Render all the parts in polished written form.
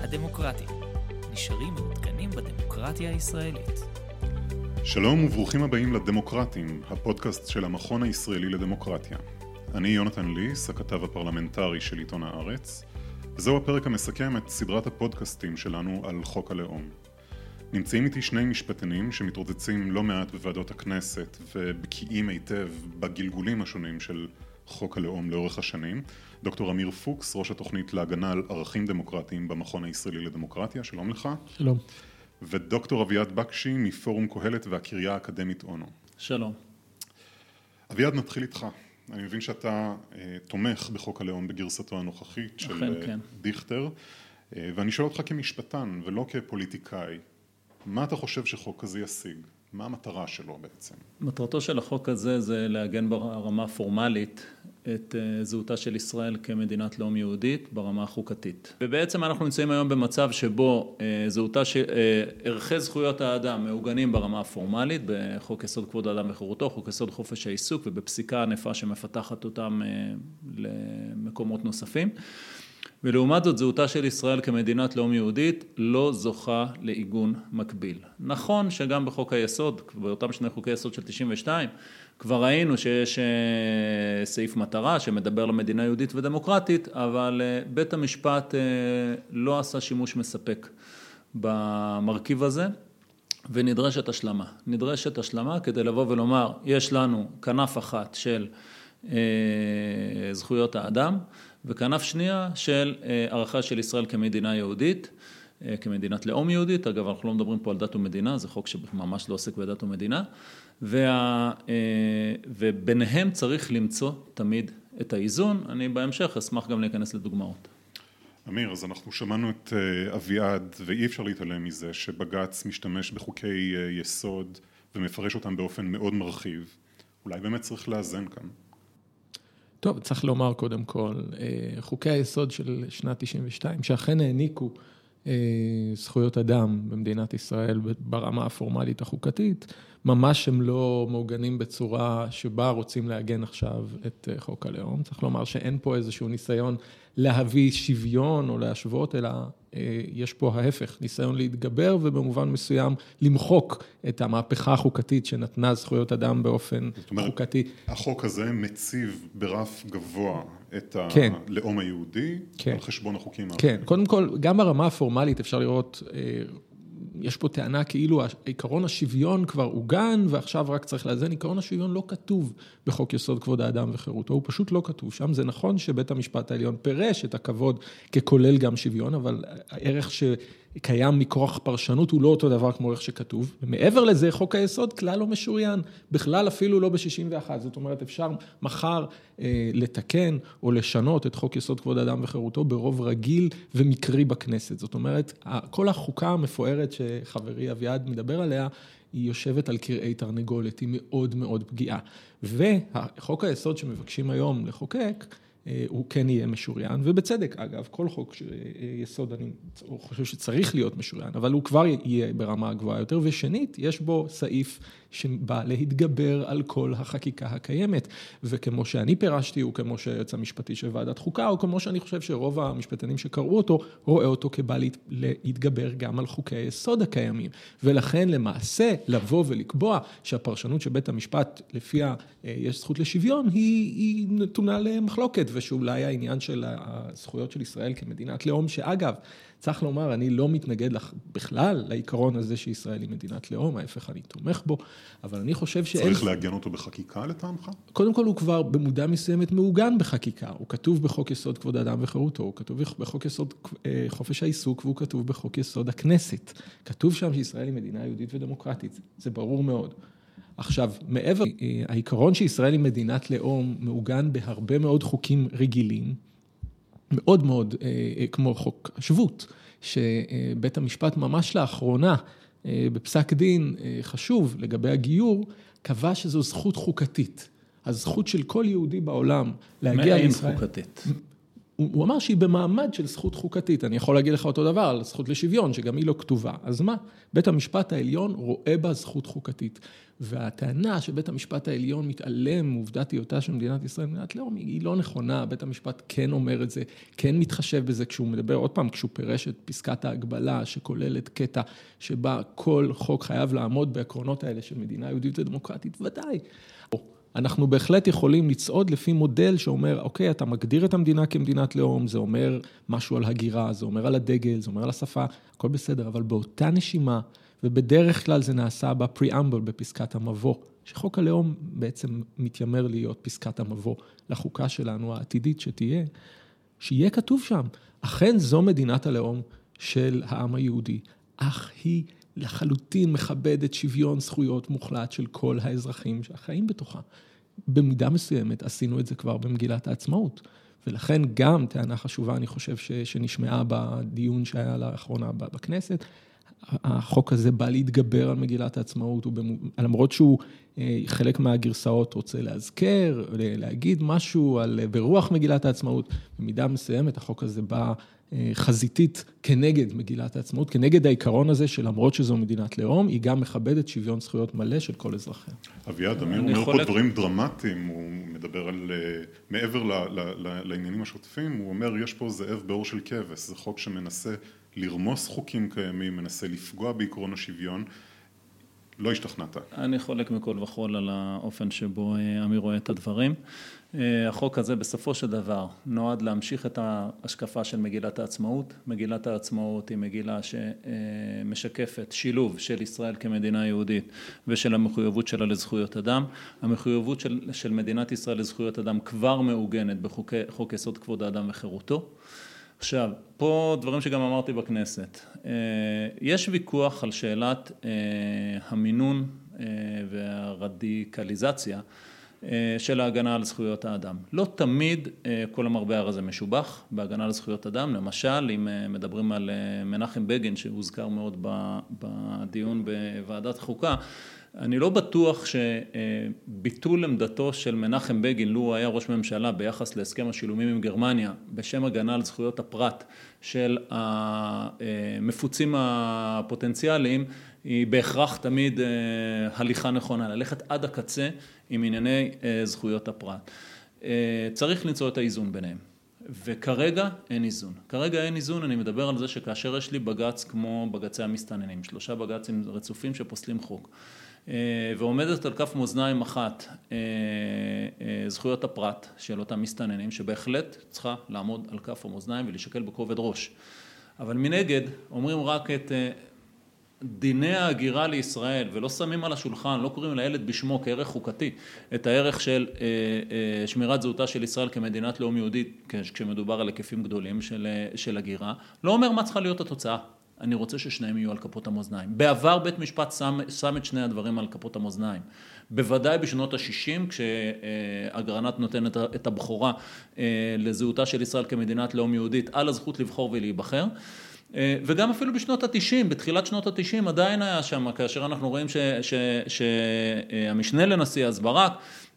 הדמוקרטים. נשארים מעודכנים בדמוקרטיה הישראלית. שלום וברוכים הבאים לדמוקרטים, הפודקאסט של המכון הישראלי לדמוקרטיה. אני יונתן ליס, הכתב הפרלמנטרי של עיתון הארץ, וזהו הפרק המסכם את סדרת הפודקאסטים שלנו על חוק הלאום. נמצאים איתי שני משפטנים שמתרוצצים לא מעט בוועדות הכנסת ובקיאים היטב בגלגולים השונים של חוק הלאום לאורך השנים. דוקטור אמיר פוקס, ראש התוכנית להגנה על ערכים דמוקרטיים במכון הישראלי לדמוקרטיה, שלום לך. שלום. ודוקטור אביעד בקשי מפורום קהלת והקריה האקדמית אונו. שלום. אביעד, נתחיל איתך. אני מבין שאתה תומך בחוק הלאום בגרסתו הנוכחית של כן. דיכטר, ואני שואל אותך כמשפטן ולא כפוליטיקאי, מה אתה חושב שחוק כזה ישיג? מה המטרה שלו בעצם? מטרתו של החוק הזה זה לעגן ברמה הפורמלית את זהותה של ישראל כמדינת לאום יהודית ברמה החוקתית. ובעצם אנחנו נמצאים היום במצב שבו ערכי זכויות האדם מעוגנים ברמה הפורמלית, בחוק יסוד כבוד האדם וחירותו, חוק יסוד חופש העיסוק ובפסיקה ענפה שמפתחת אותם למקומות נוספים. ולעומת זאת, זהותה של ישראל כמדינת לאום יהודית לא זוכה לעיגון מקביל. נכון שגם בחוק היסוד, באותם שני חוקי יסוד של 92, כבר ראינו שיש סעיף מטרה שמדבר למדינה יהודית ודמוקרטית, אבל בית המשפט לא עשה שימוש מספק במרכיב הזה, ונדרשת השלמה. נדרשת השלמה כדי לבוא ולומר, יש לנו כנף אחת של זכויות האדם, וכנף שנייה של ערכה של ישראל כמדינה יהודית, כמדינת לאום יהודית. אגב, אנחנו לא מדברים פה על דת ומדינה, זה חוק שממש לא עוסק בדת ומדינה, וביניהם צריך למצוא תמיד את האיזון. אני בהמשך אשמח גם להיכנס לדוגמאות. אמיר, אז אנחנו שמענו את אביעד, ואי אפשר להתעלם מזה שבג"ץ משתמש בחוקי יסוד ומפרש אותם באופן מאוד מרחיב. אולי באמת צריך לאזן כאן. טוב, צריך לומר קודם כל, חוקי היסוד של שנת 92, שאכן העניקו זכויות אדם במדינת ישראל ברמה הפורמלית החוקתית, ממש הם לא מעוגנים בצורה שבה רוצים לעגן עכשיו את חוק הלאום. צריך לומר שאין פה איזשהו ניסיון להביא שוויון או להשוות, אלא יש פה ההפך, ניסיון להתגבר ובמובן מסוים למחוק את המהפכה החוקתית שנתנה זכויות אדם באופן חוקתי. החוק הזה מציב ברף גבוה את הלאום היהודי על חשבון החוקים האחרים. כן, קודם כל, גם ברמה הפורמלית אפשר לראות, יש פה טענה כאילו עיקרון השוויון כבר עוגן, ועכשיו רק צריך לאזן. עיקרון השוויון לא כתוב בחוק יסוד כבוד האדם וחירותו, הוא פשוט לא כתוב שם. זה נכון שבית המשפט העליון פירש את הכבוד ככולל גם שוויון, אבל הערך שקיים מכוח פרשנות הוא לא אותו דבר כמו ערך שכתוב. ומעבר לזה, חוק היסוד כלל לא משוריין, בכלל אפילו לא ב-61. זאת אומרת, אפשר מחר לתקן או לשנות את חוק יסוד כבוד האדם וחירותו ברוב רגיל ומקרי בכנסת. זאת אומרת, כל החוקה המפוארת שחברי אביעד מדבר עליה, היא יושבת על קרעי תרנגולת, היא מאוד מאוד פגיעה. והחוק היסוד שמבקשים היום לחוקק, הוא כן יהיה משוריין, ובצדק אגב, כל חוק יסוד אני חושב שצריך להיות משוריין, אבל הוא כבר יהיה ברמה הגבוהה יותר, ושנית, יש בו סעיף שבא להתגבר על כל החקיקה הקיימת, וכמו שאני פירשתי, הוא כמו שהיועץ המשפטי של ועדת חוקה, או כמו שאני חושב שרוב המשפטנים שקראו אותו, רואה אותו כבא להתגבר גם על חוקי היסוד הקיימים, ולכן למעשה לבוא ולקבוע שהפרשנות שבית המשפט לפיה יש זכות לשוויון, היא נתונה למחלוקת, ושאולי העניין של הזכויות של ישראל כמדינת לאום, שאגב, צריך לומר, אני לא מתנגד בכלל לעיקרון הזה שישראל היא מדינת לאום, ההפך אני תומך בו, אבל אני חושב צריך לעגן אותו בחקיקה לטעמך? קודם כל הוא כבר במודע מסוימת מעוגן בחקיקה, הוא כתוב בחוק יסוד כבוד האדם וחירותו, הוא כתוב בחוק יסוד חופש העיסוק, והוא כתוב בחוק יסוד הכנסת. כתוב שם שישראל היא מדינה יהודית ודמוקרטית, זה ברור מאוד. עכשיו, מעבר, העיקרון שישראל היא מדינת לאום מעוגן בהרבה מאוד חוקים רגילים, מאוד מאוד כמו חוק השבות, שבית המשפט ממש לאחרונה, בפסק דין חשוב לגבי הגיור, קבע שזו זכות חוקתית. הזכות של כל יהודי בעולם להגיע לישראל. מעין חוקתית. הוא אמר שהיא במעמד של זכות חוקתית. אני יכול להגיד לך אותו דבר על זכות לשוויון, שגם היא לא כתובה. אז מה? בית המשפט העליון רואה בה זכות חוקתית. והטענה שבית המשפט העליון מתעלם מעובדת היותה של מדינת ישראל, מדינת לאום, היא לא נכונה. בית המשפט כן אומר את זה, כן מתחשב בזה כשהוא מדבר, עוד פעם, כשהוא פירש את פסקת ההגבלה, שכוללת קטע שבה כל חוק חייב לעמוד בעקרונות האלה של מדינה יהודית ודמוקרטית, ודאי. אנחנו בהחלט יכולים לצעוד לפי מודל שאומר, אוקיי, אתה מגדיר את המדינה כמדינת לאום, זה אומר משהו על הגירה, זה אומר על הדגל, זה אומר על השפה, הכל בסדר, אבל באותה נשימה, ובדרך כלל זה נעשה בפריאמבל, בפסקת המבוא, שחוק הלאום בעצם מתיימר להיות פסקת המבוא לחוקה שלנו העתידית שתהיה, שיהיה כתוב שם, אכן זו מדינת הלאום של העם היהודי, אך היא לחלוטין מכבדת שוויון זכויות מוחלט של כל האזרחים שהחיים בתוכה. במידה מסוימת עשינו את זה כבר במגילת העצמאות, ולכן גם טענה חשובה אני חושב שנשמעה בדיון שהיה לאחרונה בכנסת, החוק הזה בא להתגבר על מגילת העצמאות, למרות שהוא חלק מהגרסאות רוצה להזכר, להגיד משהו ברוח מגילת העצמאות, במידה מסוימת החוק הזה בא חזיתית כנגד מגילת העצמאות, כנגד העיקרון הזה שלמרות שזו מדינת לאום, היא גם מכבדת שוויון זכויות מלא של כל אזרחיה. אביעד, אמיר אומר פה דברים דרמטיים, הוא מדבר על, מעבר לעניינים השוטפים, הוא אומר יש פה זאב בעור של כבש, זה חוק שמנסה לרמוס חוקים קיימים, מנסה לפגוע בעקרון השוויון, לא השתכנעת. אני חולק מכל וכל על האופן שבו אמיר רואה את הדברים. החוק הזה בסופו של דבר נועד להמשיך את ההשקפה של מגילת העצמאות. מגילת העצמאות היא מגילה שמשקפת שילוב של ישראל כמדינה יהודית ושל המחויבות שלה לזכויות אדם. המחויבות של מדינת ישראל לזכויות אדם כבר מעוגנת בחוק יסוד כבוד האדם וחירותו. עכשיו, פה דברים שגם אמרתי בכנסת. יש ויכוח על שאלת המינון והרדיקליזציה של ההגנה על זכויות האדם. לא תמיד כל המרבה הר הזה משובח בהגנה על זכויות אדם. למשל, אם מדברים על מנחם בגין, שהוזכר מאוד בדיון בוועדת חוקה, אני לא בטוח שביטול עמדתו של מנחם בגין, לו הוא היה ראש ממשלה ביחס להסכם השילומים עם גרמניה, בשם הגנה על זכויות הפרט של המפוצים הפוטנציאליים, היא בהכרח תמיד הליכה נכונה, ללכת עד הקצה עם ענייני זכויות הפרט. צריך למצוא את האיזון ביניהם. וכרגע אין איזון. כרגע אין איזון, אני מדבר על זה שכאשר יש לי בגץ כמו בגצי המסתננים, 3 בגצים רצופים שפוסלים חוק, ועומדת על כף מאזניים אחת זכויות הפרט של אותם מסתננים, שבהחלט צריכה לעמוד על כף המאזניים ולהישקל בכובד ראש. אבל מנגד אומרים רק את דיני ההגירה לישראל, ולא שמים על השולחן, לא קוראים לילד בשמו כערך חוקתי, את הערך של שמירת זהותה של ישראל כמדינת לאום יהודית, כשמדובר על היקפים גדולים של הגירה, לא אומר מה צריכה להיות התוצאה. אני רוצה ששניהם יהיו על כפות המאזניים. בעבר בית משפט שם את שני הדברים על כפות המאזניים. בוודאי בשנות ה-60, כשאגרנט נותן את הבכורה לזהותה של ישראל כמדינת לאום יהודית, על הזכות לבחור ולהיבחר. וגם אפילו בשנות ה-90, בתחילת שנות ה-90 עדיין היה שם, כאשר אנחנו רואים שהמשנה לנשיא אז ברק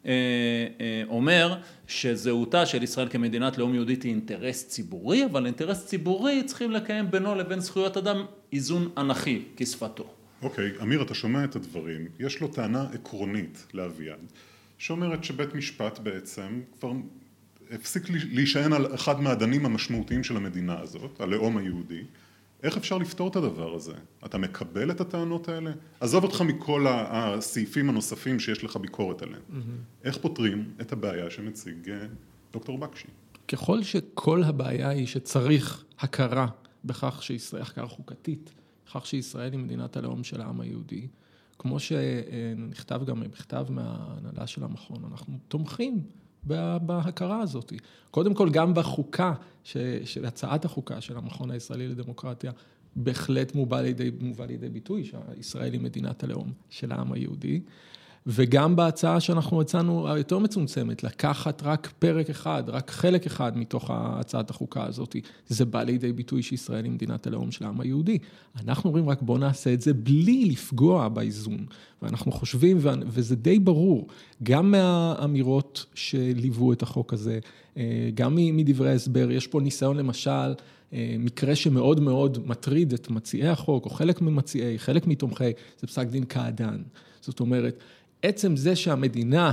אומר שזהותה של ישראל כמדינת לאום יהודית היא אינטרס ציבורי, אבל אינטרס ציבורי צריכים לקיים בינו לבין זכויות אדם איזון אנכי כשפתו. אוקיי, אמיר, אתה שומע את הדברים. יש לו טענה עקרונית לאביעד, שאומרת שבית משפט בעצם כבר הפסיק להישען על אחד מהאדנים המשמעותיים של המדינה הזאת, הלאום היהודי. איך אפשר לפתור את הדבר הזה? אתה מקבל את הטענות האלה? עזוב אותך מכל הסעיפים הנוספים שיש לך ביקורת עליהם. איך פותרים את הבעיה שמציג דוקטור בקשי? ככל שכל הבעיה היא שצריך הכרה בכך שישראל, הכרה חוקתית, בכך שישראל היא מדינת הלאום של העם היהודי, כמו שנכתב גם בכתב מההנהלה של המכון, אנחנו תומכים בהכרה הזאת. קודם כל, גם בחוקה, של הצעת החוקה של המכון הישראלי לדמוקרטיה, בהחלט מובא לידי ביטוי שישראל היא מדינת הלאום של העם היהודי, וגם בהצעה שאנחנו הצענו היותר מצומצמת, לקחת רק פרק אחד, רק חלק אחד מתוך הצעת החוקה הזאת, זה בא לידי ביטוי שישראל היא מדינת הלאום של העם היהודי. אנחנו אומרים רק בוא נעשה את זה בלי לפגוע באיזון, ואנחנו חושבים, וזה די ברור, גם מהאמירות שליוו את החוק הזה, גם מדברי ההסבר, יש פה ניסיון למשל, מקרה שמאוד מאוד מטריד את מציעי החוק, או חלק מתומכי, זה פסק דין קעדאן. זאת אומרת, עצם זה שהמדינה,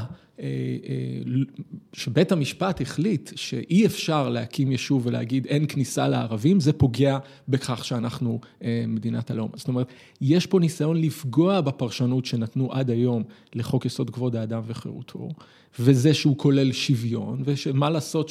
שבית המשפט החליט שאי אפשר להקים יישוב ולהגיד אין כניסה לערבים, זה פוגע בכך שאנחנו מדינת הלאום. זאת אומרת, יש פה ניסיון לפגוע בפרשנות שנתנו עד היום לחוק יסוד כבוד האדם וחירותו, וזה שהוא כולל שוויון, ומה לעשות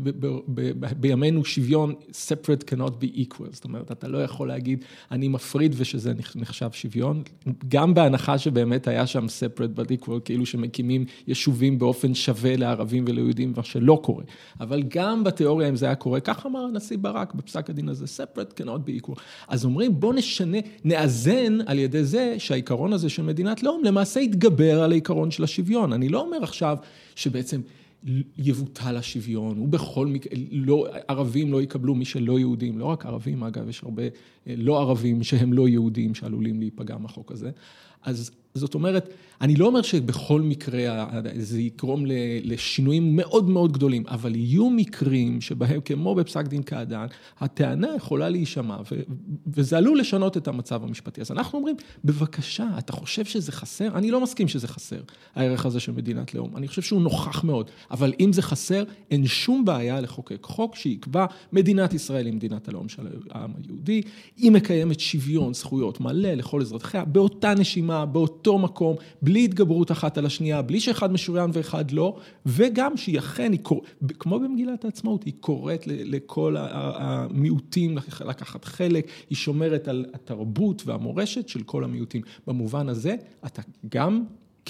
שבימינו שוויון separate cannot be equal, זאת אומרת, אתה לא יכול להגיד אני מפריד ושזה נחשב שוויון, גם בהנחה שבאמת היה שם separate but equal, כאילו שמקימים יישובים באופן שווה לערבים וליהודים, מה שלא קורה. אבל גם בתיאוריה אם זה היה קורה, כך אמר הנשיא ברק בפסק הדין הזה, separate cannot be equal. אז אומרים בוא נאזן על ידי זה שהעיקרון הזה של מדינת לאום למעשה יתגבר על העיקרון של השוויון. אני לא אומר עכשיו שבעצם יבוטל השוויון, ובכל מקרה, ערבים לא יקבלו מי שלא יהודים, לא רק ערבים, אגב, יש הרבה לא ערבים שהם לא יהודים שעלולים להיפגע מהחוק הזה. אז זאת אומרת, אני לא אומר שבכל מקרה זה יקרום לשינויים מאוד מאוד גדולים, אבל יהיו מקרים שבהם, כמו בפסק דין קעדאן, הטענה יכולה להישמע, וזה עלול לשנות את המצב המשפטי. אז אנחנו אומרים, בבקשה, אתה חושב שזה חסר? אני לא מסכים שזה חסר, הערך הזה של מדינת לאום. אני חושב שהוא נוכח מאוד, אבל אם זה חסר, אין שום בעיה לחוקק חוק שיקבע מדינת ישראל היא מדינת הלאום של העם היהודי, היא מקיימת שוויון זכויות מלא לכל אזרחיה, באותה נשימה, באותו מקום, בלי התגברות אחת על השנייה, בלי שאחד משוריין ואחד לא, וגם שהיא אכן, כמו במגילת העצמאות, היא קוראת לכל המיעוטים לקחת חלק, היא שומרת על התרבות והמורשת של כל המיעוטים. במובן הזה, אתה גם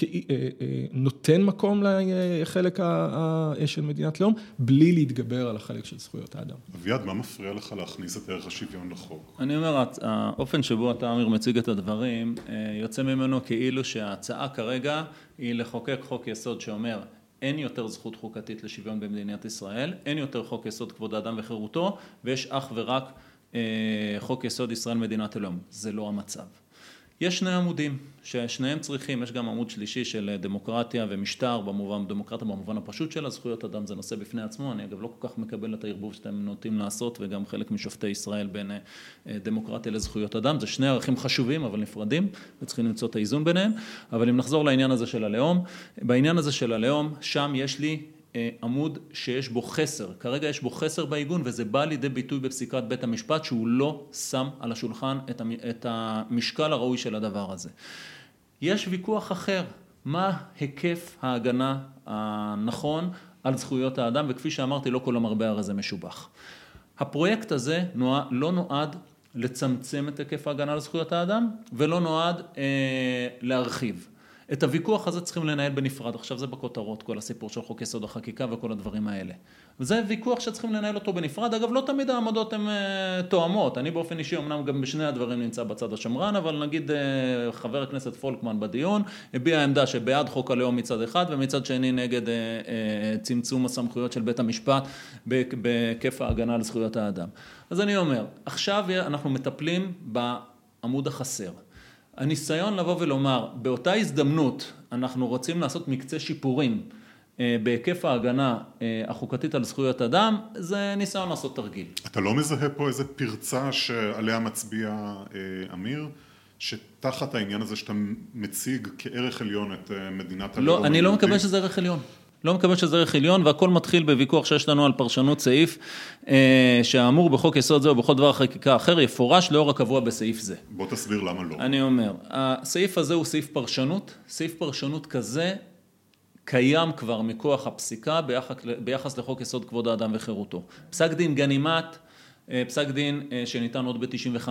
נותן מקום לחלק של מדינת לאום, בלי להתגבר על החלק של זכויות האדם. אביעד, מה מפריע לך להכניס את ערך השוויון לחוק? אני אומר, האופן שבו אתה אמיר מציג את הדברים, יוצא ממנו כאילו שההצעה כרגע היא לחוקק חוק יסוד שאומר, אין יותר זכות חוקתית לשוויון במדינת ישראל, אין יותר חוק יסוד כבוד האדם וחירותו, ויש אך ורק חוק יסוד ישראל מדינת הלאום. זה לא המצב. יש שני עמודים ששניהם צריכים, יש גם עמוד שלישי של דמוקרטיה ומשטר, דמוקרטיה במובן הפשוט שלה, זכויות אדם זה נושא בפני עצמו, אני אגב לא כל כך מקבל את הערבוב שאתם נוטים לעשות, וגם חלק משופטי ישראל בין דמוקרטיה לזכויות אדם, זה שני ערכים חשובים אבל נפרדים, וצריכים למצוא את האיזון ביניהם, אבל אם נחזור לעניין הזה של הלאום, בעניין הזה של הלאום, שם יש לי עמוד שיש בו חסר, כרגע יש בו חסר בעיגון, וזה בא לידי ביטוי בפסיקת בית המשפט, שהוא לא שם על השולחן את המשקל הראוי של הדבר הזה. יש ויכוח אחר, מה היקף ההגנה הנכון על זכויות האדם, וכפי שאמרתי, לא כל המרבה הרי זה משובח. הפרויקט הזה לא נועד לצמצם את היקף ההגנה על זכויות האדם, ולא נועד להרחיב. את הוויכוח הזה צריכים לנהל בנפרד, עכשיו זה בכותרות, כל הסיפור של חוק יסוד החקיקה וכל הדברים האלה. וזה ויכוח שצריכים לנהל אותו בנפרד, אגב לא תמיד העמדות הן תואמות, אני באופן אישי אמנם גם בשני הדברים נמצא בצד השמרן, אבל נגיד חבר הכנסת פולקמן בדיון, הביע עמדה שבעד חוק הלאום מצד אחד, ומצד שני נגד צמצום הסמכויות של בית המשפט בכיף ההגנה על זכויות האדם. אז אני אומר, עכשיו אנחנו מטפלים בעמוד החסר. הניסיון לבוא ולומר, באותה הזדמנות אנחנו רוצים לעשות מקצה שיפורים בהיקף ההגנה החוקתית על זכויות אדם, זה ניסיון לעשות תרגיל. אתה לא מזהה פה איזה פרצה שעליה מצביע אמיר, שתחת העניין הזה שאתה מציג כערך עליון את מדינת הלאום? לא, אני לא מקבל שזה ערך עליון. לא מקבל שזה ערך עליון, והכל מתחיל בוויכוח שיש לנו על פרשנות סעיף, שהאמור בחוק יסוד זה או בכל דבר חקיקה אחר, יפורש לאור הקבוע בסעיף זה. בוא תסביר למה לא. אני אומר, הסעיף הזה הוא סעיף פרשנות, סעיף פרשנות כזה קיים כבר מכוח הפסיקה ביחס לחוק יסוד כבוד האדם וחירותו. פסק דין גנימט, פסק דין שניתן עוד ב-95,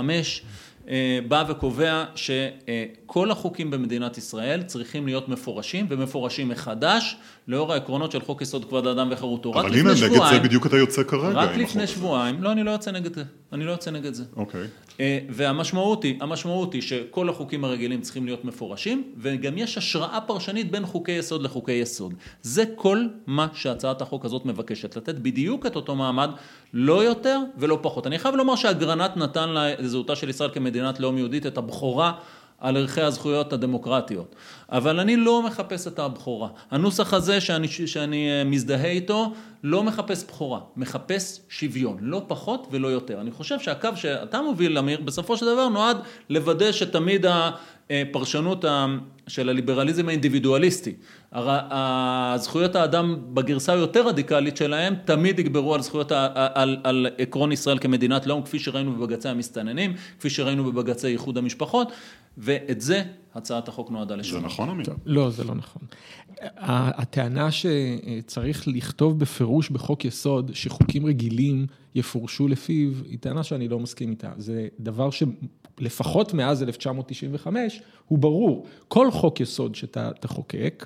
בא וקובע שכל החוקים במדינת ישראל צריכים להיות מפורשים, ומפורשים מחדש, לאור העקרונות של חוק יסוד כבוד האדם וחירותו. אבל הנה, נגד זה בדיוק אתה יוצא כרגע. רק לפני שבועיים, לא, אני לא יוצא נגד זה. אני לא יוצא נגד זה. אוקיי. והמשמעות היא שכל החוקים הרגילים צריכים להיות מפורשים, וגם יש השראה פרשנית בין חוקי יסוד לחוקי יסוד. זה כל מה שהצעת החוק הזאת מבקשת, לתת בדיוק את אותו מעמד, לא יותר ולא פחות. אני חייב לומר שהגרנט נתן לזהותה של ישראל כמדינת לאום יהודית את הבכורה על ערכי הזכויות הדמוקרטיות. אבל אני לא מחפש את הבכורה. הנוסח הזה שאני מזדהה איתו, לא מחפש בכורה, מחפש שוויון, לא פחות ולא יותר. אני חושב שהקו שאתה מוביל, אמיר, בסופו של דבר נועד לוודא שתמיד הפרשנות של הליברליזם האינדיבידואליסטי, הזכויות האדם בגרסה היותר רדיקלית שלהם, תמיד יגברו על זכויות, על עקרון ישראל כמדינת לאום, כפי שראינו בבג"צי המסתננים, כפי שראינו בבג"צי איחוד המשפחות, ואת זה הצעת החוק נועדה לשנות. זה נכון, אמיר? לא, זה לא נכון. הטענה שצריך לכתוב בפירוש בחוק יסוד, שחוקים רגילים יפורשו לפיו, היא טענה שאני לא מסכים איתה. זה דבר שלפחות מאז 1995, הוא ברור. כל חוק יסוד שאתה תחוקק,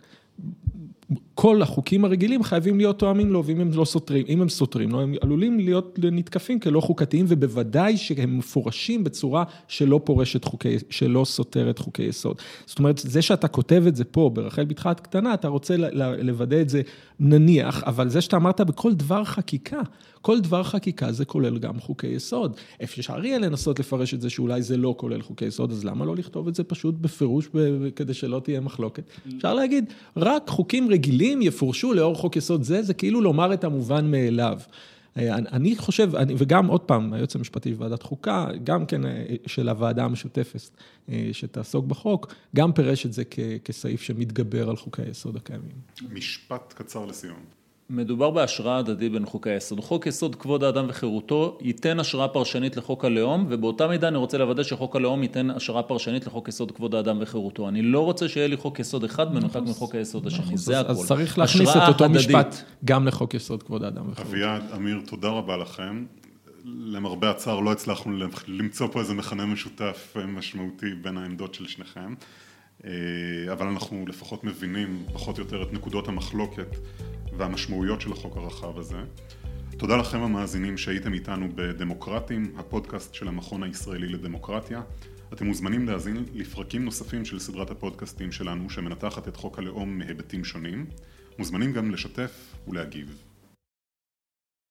כל החוקים הרגילים חייבים להיות תואמים לו, ואם הם לא סותרים, אם הם סותרים לו, הם עלולים להיות נתקפים כלא חוקתיים, ובוודאי שהם מפורשים בצורה שלא פורשת חוקי, שלא סותרת חוקי יסוד. זאת אומרת, זה שאתה כותב את זה פה, ברחל בתך הקטנה, אתה רוצה לוודא את זה נניח, אבל זה שאתה אמרת בכל דבר חקיקה, כל דבר חקיקה זה כולל גם חוקי יסוד. אפשר יהיה לנסות לפרש את זה שאולי זה לא כולל חוקי יסוד, אז למה לא לכתוב את זה פשוט בפירוש כדי שלא תהיה מחלוקת? אפשר להגיד, רק חוקים רגילים יפורשו לאור חוק יסוד זה כאילו לומר את המובן מאליו. אני חושב, וגם עוד פעם, היועץ המשפטי בוועדת חוקה, גם כן של הוועדה המשותפת שתעסוק בחוק, גם פירש את זה כסעיף שמתגבר על חוקי היסוד הקיימים. משפט קצר לסיום. מדובר בהשראה הדדית בין חוקי היסוד. חוק יסוד כבוד האדם וחירותו ייתן השראה פרשנית לחוק הלאום, ובאותה מידה אני רוצה לוודא שחוק הלאום ייתן השראה פרשנית לחוק יסוד כבוד האדם וחירותו. אני לא רוצה שיהיה לי חוק יסוד אחד מנותק מחוק היסוד השני, זה הכל. אז צריך להכניס את אותו משפט גם לחוק יסוד כבוד האדם וחירותו. אביעד, אמיר, תודה רבה לכם. למרבה הצער לא הצלחנו למצוא פה איזה מכנה משותף משמעותי בין העמדות של שניכם, אבל אנחנו לפחות מבינים פחות או יותר את נקודות המחלוקת והמשמעויות של החוק הרחב הזה. תודה לכם המאזינים שהייתם איתנו בדמוקרטים, הפודקאסט של המכון הישראלי לדמוקרטיה. אתם מוזמנים להאזין לפרקים נוספים של סדרת הפודקאסטים שלנו שמנתחת את חוק הלאום מהיבטים שונים. מוזמנים גם לשתף ולהגיב.